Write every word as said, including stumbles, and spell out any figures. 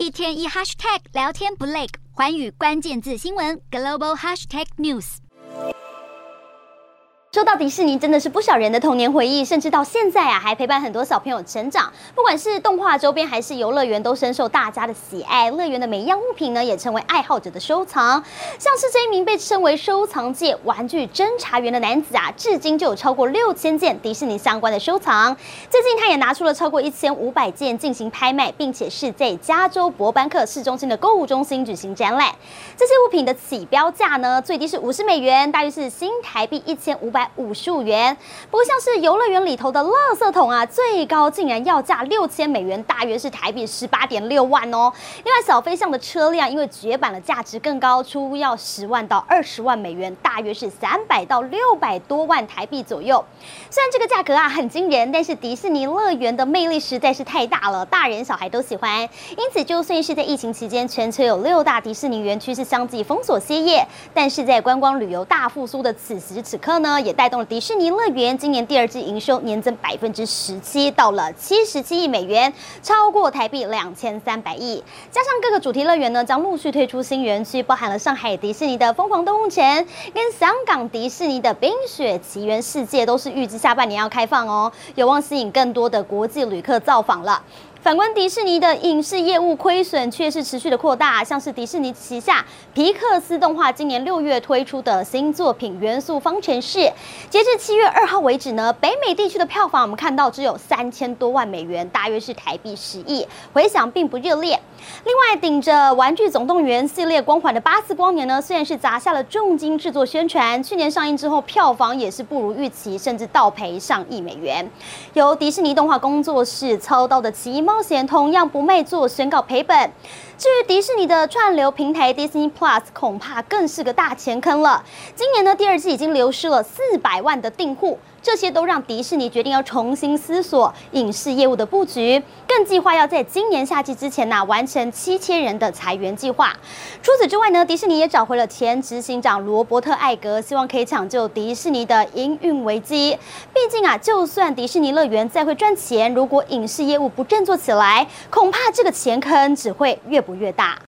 一天一 hashtag 聊天不累，寰宇关键字新闻 global hashtag news。 说到迪士尼，真的是不少人的童年回忆，甚至到现在啊，还陪伴很多小朋友成长。不管是动画周边还是游乐园，都深受大家的喜爱。乐园的每一样物品呢，也成为爱好者的收藏。像是这一名被称为收藏界玩具侦查员的男子啊，至今就有超过六千件迪士尼相关的收藏。最近他也拿出了超过一千五百件进行拍卖，并且是在加州伯班克市中心的购物中心举行展览。这些物品的起标价呢，最低是五十美元，大约是新台币一千五百五十五元。不过像是游乐园里头的垃圾桶啊，最高竟然要价六千美元，大约是台币十八点六万哦。另外小飞象的车辆因为绝版了，价值更高，出要十万到二十万美元，大约是三百到六百多万台币左右。虽然这个价格啊很惊人，但是迪士尼乐园的魅力实在是太大了，大人小孩都喜欢。因此就算是在疫情期间，全球有六大迪士尼园区是相继封锁歇业，但是在观光旅游大复苏的此时此刻呢，也带动了迪士尼乐园今年第二季营收年增百分之十七，到了七十七亿美元，超过台币两千三百亿。加上各个主题乐园呢，将陆续推出新园区，包含了上海迪士尼的疯狂动物城，跟香港迪士尼的冰雪奇缘世界，都是预计下半年要开放哦，有望吸引更多的国际旅客造访了。反观迪士尼的影视业务亏损却是持续的扩大，像是迪士尼旗下皮克斯动画今年六月推出的新作品《元素方程式》，截至七月二号为止呢，北美地区的票房我们看到只有三千多万美元，大约是台币十亿，回响并不热烈。另外，顶着《玩具总动员》系列光环的巴斯光年呢，虽然是砸下了重金制作宣传，去年上映之后票房也是不如预期，甚至倒赔上亿美元。由迪士尼动画工作室操刀的《奇异冒险》同样不卖座，宣告赔本。至于迪士尼的串流平台 Disney Plus， 恐怕更是个大钱坑了。今年呢，第二季已经流失了四百万的订户。这些都让迪士尼决定要重新思索影视业务的布局，更计划要在今年夏季之前呢、啊、完成七千人的裁员计划。除此之外呢，迪士尼也找回了前执行长罗伯特·艾格，希望可以抢救迪士尼的营运危机。毕竟啊，就算迪士尼乐园再会赚钱，如果影视业务不振作起来，恐怕这个钱坑只会越补越大。